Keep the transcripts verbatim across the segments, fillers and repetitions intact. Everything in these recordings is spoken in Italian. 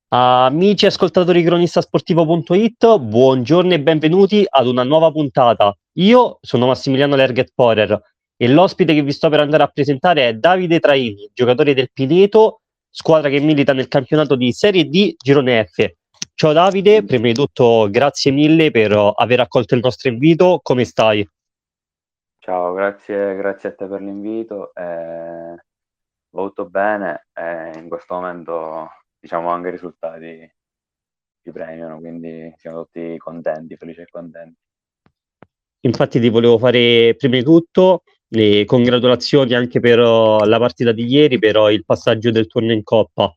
Amici ascoltatori di cronistasportivo.it, buongiorno e benvenuti ad una nuova puntata. Io sono Massimiliano Lerget Porer e l'ospite che vi sto per andare a presentare è Davide Traini, giocatore del Pineto, squadra che milita nel campionato di Serie D Girone F. Ciao Davide, prima di tutto grazie mille per aver accolto il nostro invito, come stai? Ciao, grazie, grazie a te per l'invito. Eh, va tutto bene e in questo momento diciamo anche i risultati ci premiano, quindi siamo tutti contenti, felici e contenti. Infatti ti volevo fare prima di tutto le congratulazioni anche per uh, la partita di ieri, per uh, il passaggio del turno in Coppa.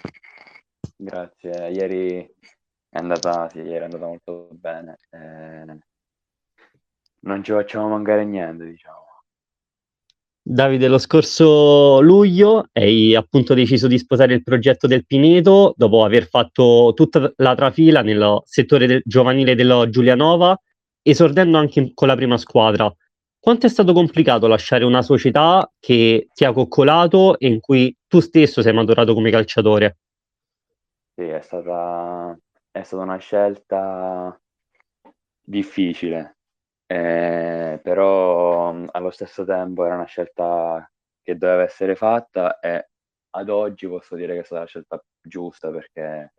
Grazie, ieri è andata, sì, ieri è andata molto bene. Eh, non ci facciamo mancare niente, diciamo. Davide, lo scorso luglio hai appunto deciso di sposare il progetto del Pineto dopo aver fatto tutta la trafila nel settore del- giovanile dello Giulianova, esordendo anche in- con la prima squadra. Quanto è stato complicato lasciare una società che ti ha coccolato e in cui tu stesso sei maturato come calciatore? Sì, è stata, è stata una scelta difficile, eh, però mh, allo stesso tempo era una scelta che doveva essere fatta e ad oggi posso dire che è stata la scelta giusta perché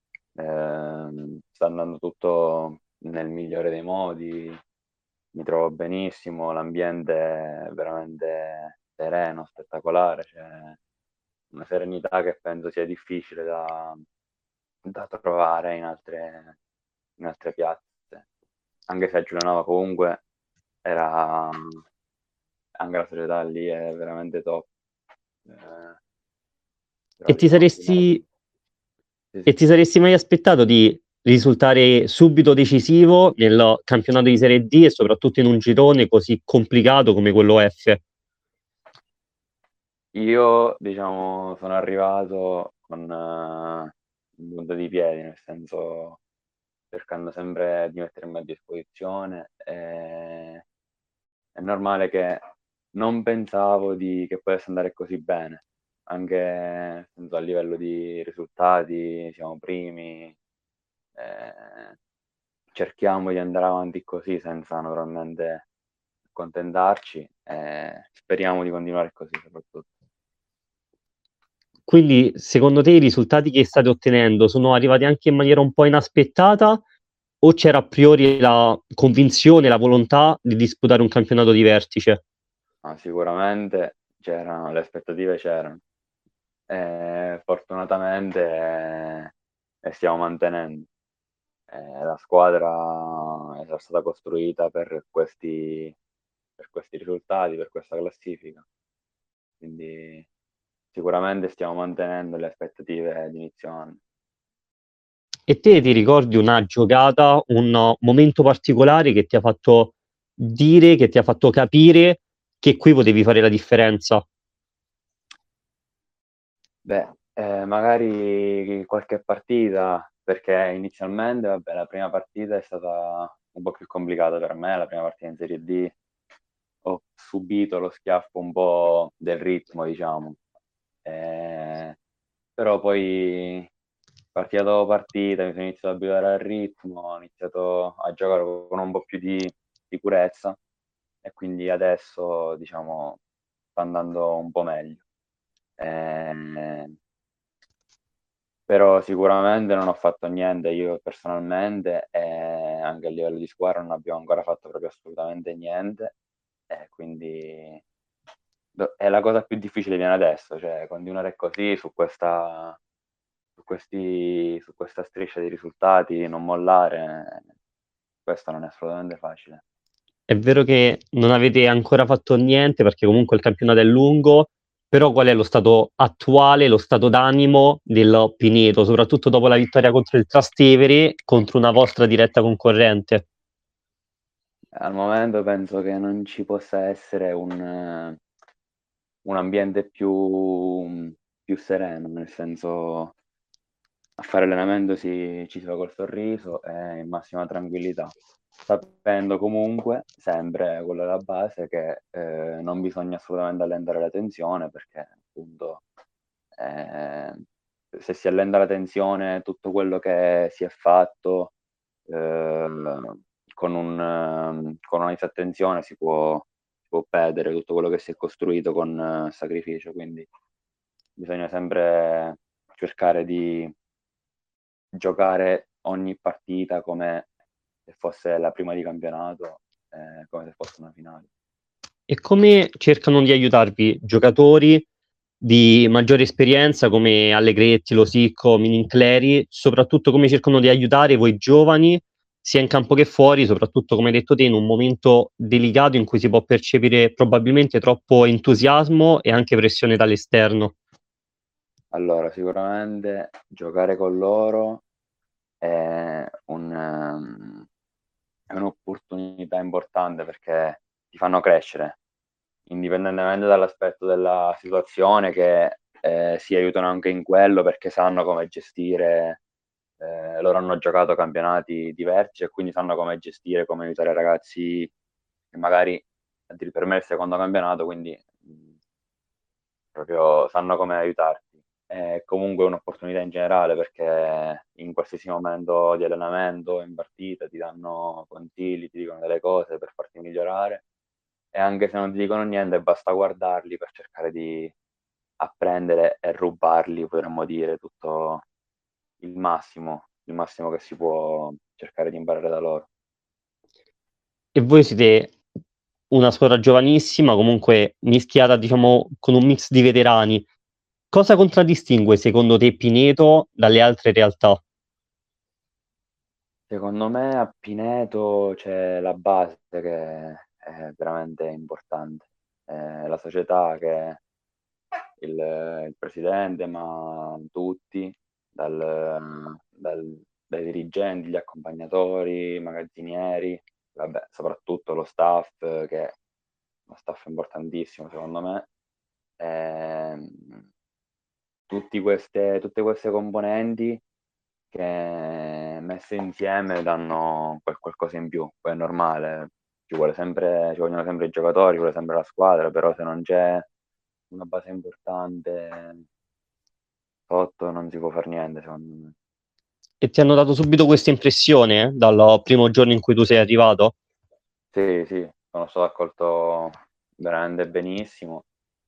ehm, sta andando tutto nel migliore dei modi, mi trovo benissimo, l'ambiente è veramente sereno, spettacolare, c'è una serenità che penso sia difficile da, da trovare in altre, in altre piazze. Anche se a Giulianova comunque era anche la società lì è veramente top. Eh, E però ti diciamo sì, no. saresti, Sì, e sì. ti saresti mai aspettato di risultare subito decisivo nel campionato di Serie D e soprattutto in un girone così complicato come quello F? Io diciamo sono arrivato con eh, un punto di piedi, nel senso cercando sempre di mettermi a disposizione. E è normale che non pensavo di, che potesse andare così bene, anche nel senso, a livello di risultati, siamo primi, eh, cerchiamo di andare avanti così senza naturalmente accontentarci e speriamo di continuare così soprattutto. Quindi, secondo te, i risultati che state ottenendo sono arrivati anche in maniera un po' inaspettata o c'era a priori la convinzione, la volontà di disputare un campionato di vertice? Ma sicuramente c'erano, le aspettative c'erano. E fortunatamente eh, le stiamo mantenendo. Eh, la squadra è stata costruita per questi, per questi risultati, per questa classifica. Quindi sicuramente stiamo mantenendo le aspettative di inizio anno. E te ti ricordi una giocata, un momento particolare che ti ha fatto dire, che ti ha fatto capire che qui potevi fare la differenza? Beh, eh, magari qualche partita, perché inizialmente, vabbè, la prima partita è stata un po' più complicata per me, la prima partita in Serie D ho subito lo schiaffo un po' del ritmo, diciamo. Eh, però poi partita dopo partita mi sono iniziato ad abituare al ritmo, ho iniziato a giocare con un po' più di sicurezza e quindi adesso, diciamo, sta andando un po' meglio. Eh, però sicuramente non ho fatto niente io personalmente e anche a livello di squadra non abbiamo ancora fatto proprio assolutamente niente e quindi do- è la cosa più difficile viene adesso, cioè continuare così su questa, su questi, su questa striscia di risultati, non mollare, questo non è assolutamente facile. È vero che non avete ancora fatto niente perché comunque il campionato è lungo, però qual è lo stato attuale, lo stato d'animo del Pineto, soprattutto dopo la vittoria contro il Trastevere, contro una vostra diretta concorrente? Al momento penso che non ci possa essere un, un ambiente più, più sereno, nel senso a fare allenamento si, ci si va col sorriso e in massima tranquillità, sapendo comunque, sempre quella è la base, che eh, non bisogna assolutamente allentare la tensione perché appunto eh, se si allenta la tensione, tutto quello che si è fatto eh, con, un, con una disattenzione si può, si può perdere tutto quello che si è costruito con eh, sacrificio, quindi bisogna sempre cercare di giocare ogni partita come se fosse la prima di campionato, eh, come se fosse una finale. E come cercano di aiutarvi giocatori di maggiore esperienza come Allegretti, Losicco, Minincleri, soprattutto come cercano di aiutare voi giovani, sia in campo che fuori, soprattutto come hai detto te, in un momento delicato in cui si può percepire probabilmente troppo entusiasmo e anche pressione dall'esterno? Allora, sicuramente giocare con loro è un, um, è un'opportunità importante perché ti fanno crescere, indipendentemente dall'aspetto della situazione, che eh, si aiutano anche in quello perché sanno come gestire, eh, loro hanno giocato campionati diversi e quindi sanno come gestire, come aiutare i ragazzi che magari per me è il secondo campionato, quindi mh, proprio sanno come aiutarti. È comunque un'opportunità in generale perché in qualsiasi momento di allenamento, in partita, ti danno consigli, ti dicono delle cose per farti migliorare e anche se non ti dicono niente basta guardarli per cercare di apprendere e rubarli, potremmo dire, tutto il massimo, il massimo che si può cercare di imparare da loro. E voi siete una squadra giovanissima, comunque mischiata, diciamo, con un mix di veterani. Cosa contraddistingue secondo te Pineto dalle altre realtà? Secondo me a Pineto c'è la base che è veramente importante, eh, la società che il, il presidente, ma tutti, dal, dal, dai dirigenti, gli accompagnatori, i magazzinieri, vabbè, soprattutto lo staff, che è uno staff importantissimo secondo me. Ehm, tutti queste, tutte queste componenti che messe insieme danno quel qualcosa in più, poi è normale, ci vuole sempre, ci vogliono sempre i giocatori, ci vuole sempre la squadra, però se non c'è una base importante sotto non si può fare niente, secondo me. E ti hanno dato subito questa impressione eh, dal primo giorno in cui tu sei arrivato? Sì, sì, sono stato accolto veramente benissimo.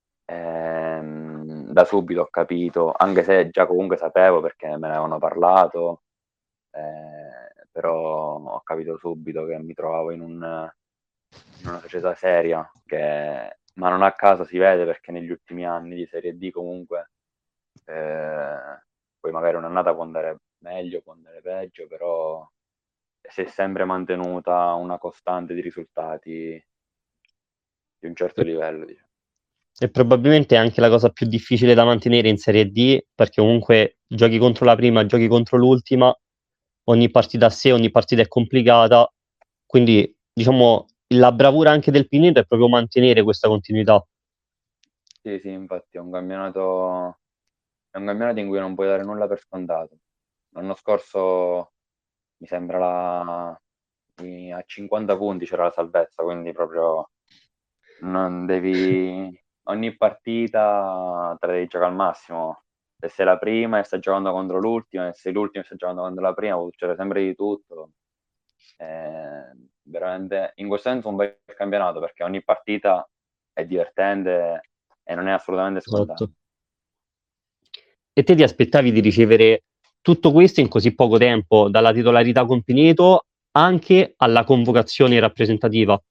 Ehm, da subito ho capito, anche se già comunque sapevo perché me ne avevano parlato, eh, però ho capito subito che mi trovavo in, un, in una società seria, che, ma non a caso si vede perché negli ultimi anni di Serie D comunque eh, poi magari un'annata può andare meglio, può andare peggio, però si è sempre mantenuta una costante di risultati di un certo E, livello, diciamo. e probabilmente è anche la cosa più difficile da mantenere in Serie D, perché comunque giochi contro la prima, giochi contro l'ultima, ogni partita a sé, ogni partita è complicata, quindi diciamo la bravura anche del Pineto è proprio mantenere questa continuità. Sì, sì, infatti è un campionato, è un campionato in cui non puoi dare nulla per scontato. L'anno scorso mi sembra la, a cinquanta punti c'era la salvezza, quindi proprio non devi, ogni partita te la devi giocare al massimo. Se sei la prima e stai giocando contro l'ultima, e sei l'ultima e stai giocando contro la prima, può succedere sempre di tutto. Eh, veramente, in questo senso un bel campionato perché ogni partita è divertente e non è assolutamente scontata. Esatto. E te ti aspettavi di ricevere tutto questo in così poco tempo, dalla titolarità con Pineto anche alla convocazione rappresentativa?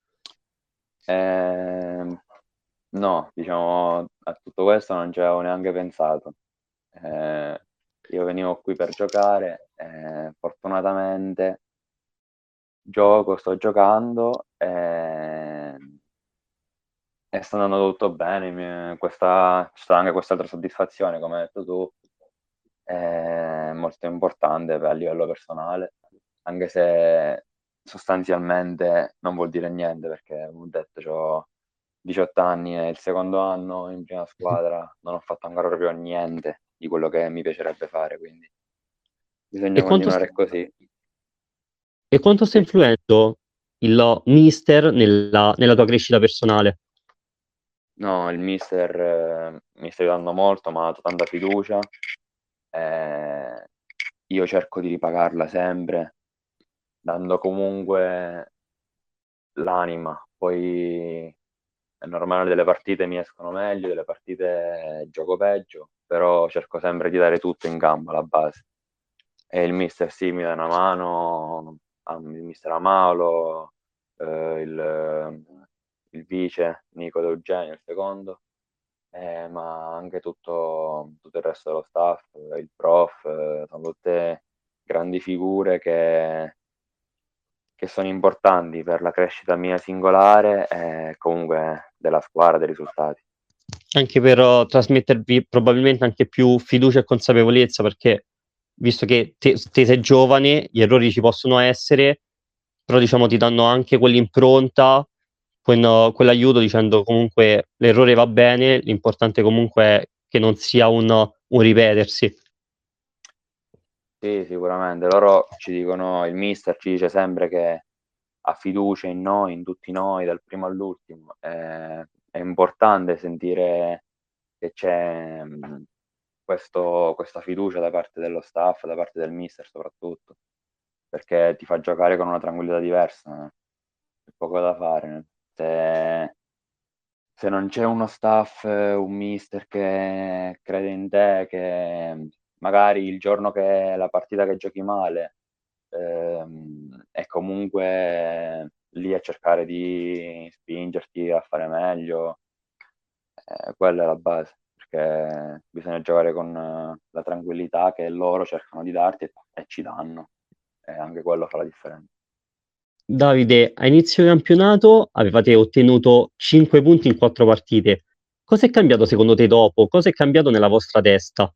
Eh, no, diciamo, a tutto questo non ci avevo neanche pensato. Eh, io venivo qui per giocare, eh, fortunatamente gioco, sto giocando e, e sta andando tutto bene. Mi- questa, c'è stata anche quest'altra soddisfazione, come hai detto tu, è molto importante per- a livello personale, anche se sostanzialmente non vuol dire niente perché, come ho detto, ho diciotto anni e il secondo anno in prima squadra non ho fatto ancora proprio niente di quello che mi piacerebbe fare, quindi E bisogna quanto, continuare così. e quanto sta Sì. influendo il mister nella, nella tua crescita personale? No, il mister eh, mi sta aiutando molto, mi ha dato tanta fiducia io cerco di ripagarla sempre, dando comunque l'anima. Poi è normale, delle partite mi escono meglio, delle partite gioco peggio, però cerco sempre di dare tutto in campo alla base. E il mister sì, mi dà una mano, il mister Amalo, eh, il, il vice Nico De Eugenio, il secondo, eh, ma anche tutto, tutto il resto dello staff, il prof, eh, sono tutte grandi figure che, che sono importanti per la crescita mia singolare e comunque della squadra, dei risultati. Anche per uh, trasmettervi probabilmente anche più fiducia e consapevolezza, perché visto che te, te sei giovane, gli errori ci possono essere, però diciamo ti danno anche quell'impronta, quel- quell'aiuto dicendo comunque l'errore va bene, l'importante comunque è che non sia un, un ripetersi. Sì, sicuramente. Loro ci dicono, il mister ci dice sempre che ha fiducia in noi, in tutti noi, dal primo all'ultimo. Eh, è importante sentire che c'è mh, questo- questa fiducia da parte dello staff, da parte del mister soprattutto, perché ti fa giocare con una tranquillità diversa. eh. C'è poco da fare. Se, se non c'è uno staff, eh, un mister che crede in te, che magari il giorno che la partita che giochi male, ehm, è comunque lì a cercare di spingerti a fare meglio, eh, quella è la base, perché bisogna giocare con eh, la tranquillità che loro cercano di darti e, e ci danno, e anche quello fa la differenza. Davide, a inizio campionato avevate ottenuto cinque punti in quattro partite. Cosa è cambiato secondo te dopo? Cosa è cambiato nella vostra testa?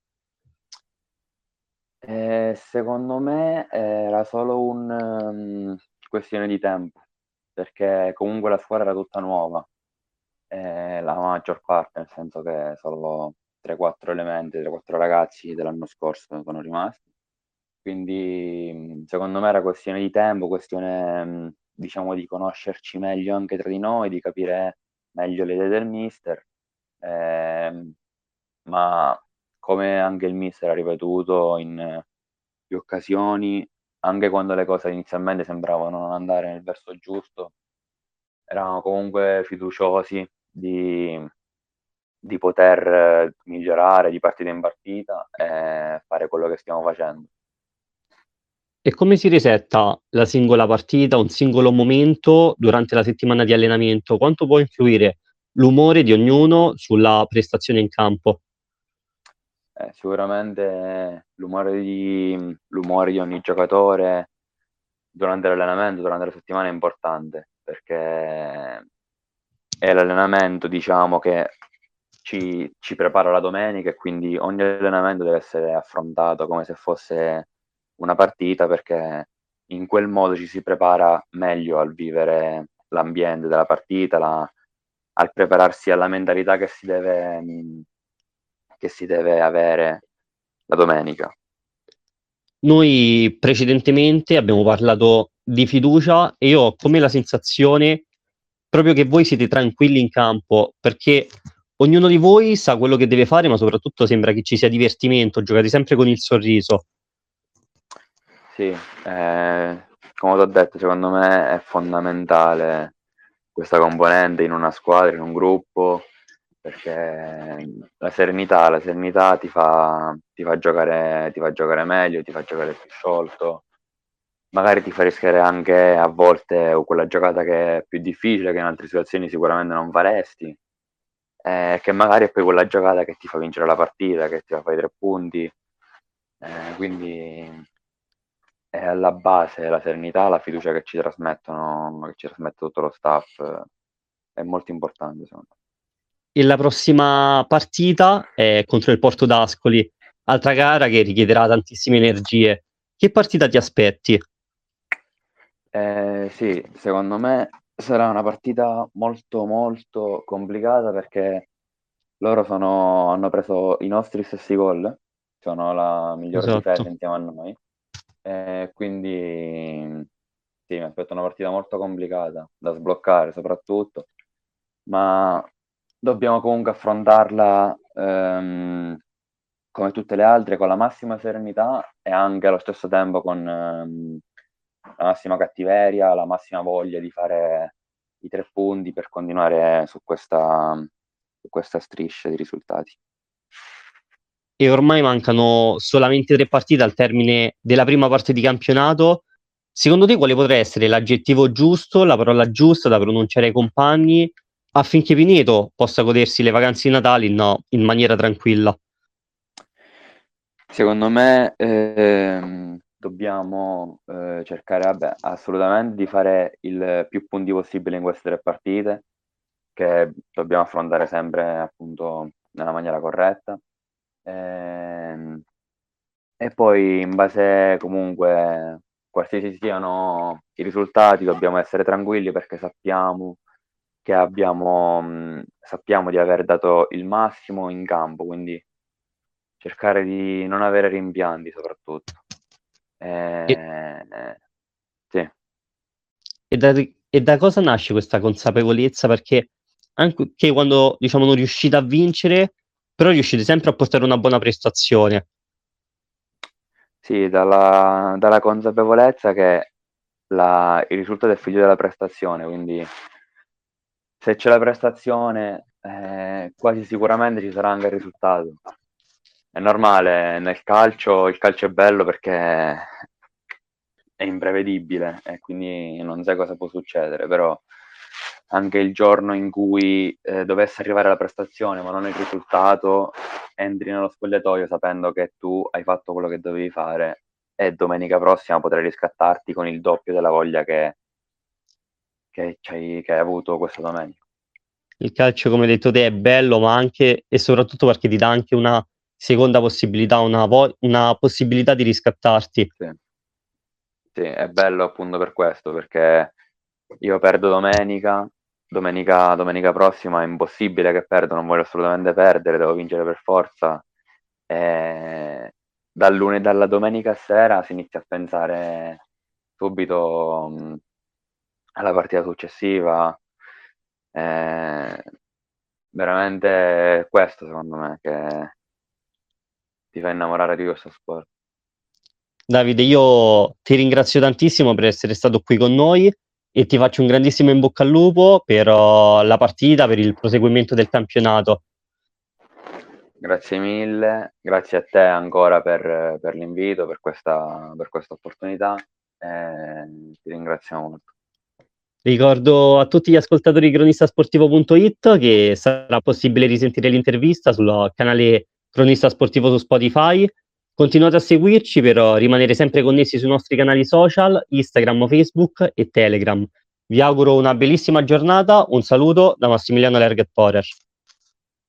Eh, secondo me era solo un um, questione di tempo, perché comunque la squadra era tutta nuova, eh, la maggior parte, nel senso che solo tre quattro elementi, tre quattro ragazzi dell'anno scorso sono rimasti. Quindi mh, secondo me era questione di tempo, questione mh, diciamo di conoscerci meglio anche tra di noi, di capire meglio le idee del mister. Ehm, ma come anche il mister ha ripetuto in eh, più occasioni, anche quando le cose inizialmente sembravano non andare nel verso giusto, eravamo comunque fiduciosi di, di poter eh, migliorare di partita in partita e fare quello che stiamo facendo. E come si risetta la singola partita, un singolo momento durante la settimana di allenamento? Quanto può influire l'umore di ognuno sulla prestazione in campo? Eh, sicuramente l'umore di, l'umore di ogni giocatore durante l'allenamento, durante la settimana è importante, perché è l'allenamento, diciamo, che ci, ci prepara la domenica e quindi ogni allenamento deve essere affrontato come se fosse una partita, perché in quel modo ci si prepara meglio al vivere l'ambiente della partita, la- al prepararsi alla mentalità che si deve, mh, che si deve avere la domenica. Noi precedentemente abbiamo parlato di fiducia e io ho come la sensazione proprio che voi siete tranquilli in campo, perché ognuno di voi sa quello che deve fare, ma soprattutto sembra che ci sia divertimento, giocate sempre con il sorriso. Sì, eh, come ti ho detto, secondo me è fondamentale questa componente in una squadra, in un gruppo, perché la serenità, la serenità ti fa, ti fa giocare, ti fa giocare meglio, ti fa giocare più sciolto, magari ti fa rischiare anche a volte quella giocata che è più difficile, che in altre situazioni sicuramente non faresti, eh, che magari è poi quella giocata che ti fa vincere la partita, che ti fa fare i tre punti, eh, quindi è alla base la serenità, la fiducia che ci trasmettono, che ci trasmette tutto lo staff, eh, è molto importante, secondo me. E la prossima partita è contro il Porto d'Ascoli, altra gara che richiederà tantissime energie. Che partita ti aspetti? Eh, sì, secondo me sarà una partita molto molto complicata, perché loro sono, hanno preso i nostri stessi gol, sono la miglior difesa Esatto. insieme a noi, e quindi sì, mi aspetto una partita molto complicata da sbloccare soprattutto, ma dobbiamo comunque affrontarla ehm, come tutte le altre, con la massima serenità e anche allo stesso tempo con ehm, la massima cattiveria, la massima voglia di fare i tre punti per continuare su questa, su questa striscia di risultati. E ormai mancano solamente tre partite al termine della prima parte di campionato. Secondo te quale potrà essere l'aggettivo giusto, la parola giusta da pronunciare ai compagni affinché Pineto possa godersi le vacanze di Natale in, no, in maniera tranquilla? Secondo me ehm, dobbiamo eh, cercare, vabbè, assolutamente di fare il più punti possibile in queste tre partite, che dobbiamo affrontare sempre appunto nella maniera corretta. Ehm, e poi in base comunque, qualsiasi siano i risultati, dobbiamo essere tranquilli perché sappiamo che abbiamo, mh, sappiamo di aver dato il massimo in campo, quindi cercare di non avere rimpianti soprattutto. E, Eh, eh, sì. e da, e da cosa nasce questa consapevolezza? Perché anche quando diciamo non riuscite a vincere, però riuscite sempre a portare una buona prestazione. Sì, dalla, dalla consapevolezza che la, il risultato è figlio della prestazione, quindi se c'è la prestazione, eh, quasi sicuramente ci sarà anche il risultato. È normale, nel calcio il calcio è bello perché è imprevedibile e quindi non sai cosa può succedere, però anche il giorno in cui eh, dovesse arrivare la prestazione ma non il risultato, entri nello spogliatoio sapendo che tu hai fatto quello che dovevi fare e domenica prossima potrai riscattarti con il doppio della voglia che, che, c'hai, che hai avuto questa domenica. Il calcio, come hai detto te, è bello, ma anche e soprattutto perché ti dà anche una seconda possibilità, una, vo- una possibilità di riscattarti. Sì. Sì, è bello appunto per questo, perché io perdo domenica, domenica, domenica prossima è impossibile che perdo, non voglio assolutamente perdere, devo vincere per forza. E dal lunedì, dalla domenica sera si inizia a pensare subito mh, alla partita successiva. Eh, veramente è questo secondo me che ti fa innamorare di questo sport. Davide, io ti ringrazio tantissimo per essere stato qui con noi e ti faccio un grandissimo in bocca al lupo per uh, la partita, per il proseguimento del campionato. Grazie mille, grazie a te ancora per, per l'invito, per questa, per questa opportunità e ti ringraziamo molto. Ricordo a tutti gli ascoltatori di cronistasportivo punto it che sarà possibile risentire l'intervista sul canale Cronista Sportivo su Spotify. Continuate a seguirci per rimanere sempre connessi sui nostri canali social, Instagram, Facebook e Telegram. Vi auguro una bellissima giornata, un saluto da Massimiliano Lerget Porer.